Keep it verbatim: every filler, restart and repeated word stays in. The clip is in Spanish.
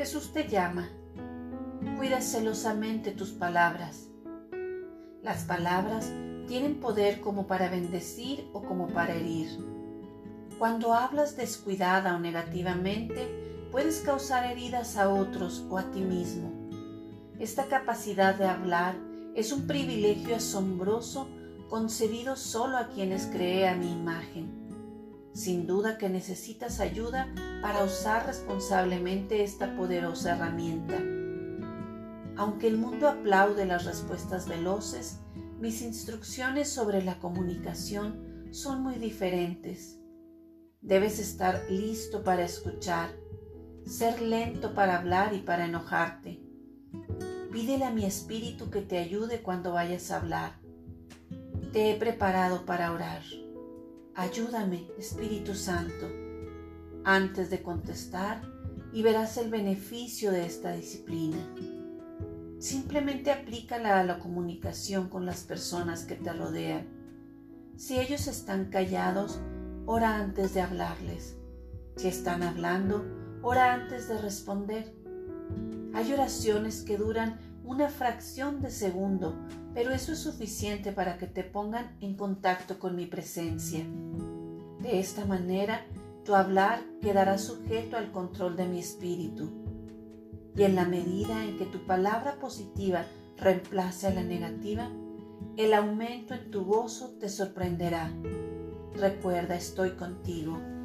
Jesús te llama. Cuida celosamente tus palabras. Las palabras tienen poder como para bendecir o como para herir. Cuando hablas descuidada o negativamente, puedes causar heridas a otros o a ti mismo. Esta capacidad de hablar es un privilegio asombroso concedido solo a quienes creé a mi imagen. Sin duda que necesitas ayuda para usar responsablemente esta poderosa herramienta. Aunque el mundo aplaude las respuestas veloces, mis instrucciones sobre la comunicación son muy diferentes. Debes estar listo para escuchar, ser lento para hablar y para enojarte. Pídele a mi espíritu que te ayude cuando vayas a hablar. Te he preparado para orar. Ayúdame, Espíritu Santo, antes de contestar y verás el beneficio de esta disciplina. Simplemente aplícala a la comunicación con las personas que te rodean. Si ellos están callados, ora antes de hablarles. Si están hablando, ora antes de responder. Hay oraciones que duran una fracción de segundo, pero eso es suficiente para que te pongan en contacto con mi presencia. De esta manera, tu hablar quedará sujeto al control de mi espíritu. Y en la medida en que tu palabra positiva reemplace a la negativa, el aumento en tu gozo te sorprenderá. Recuerda, estoy contigo.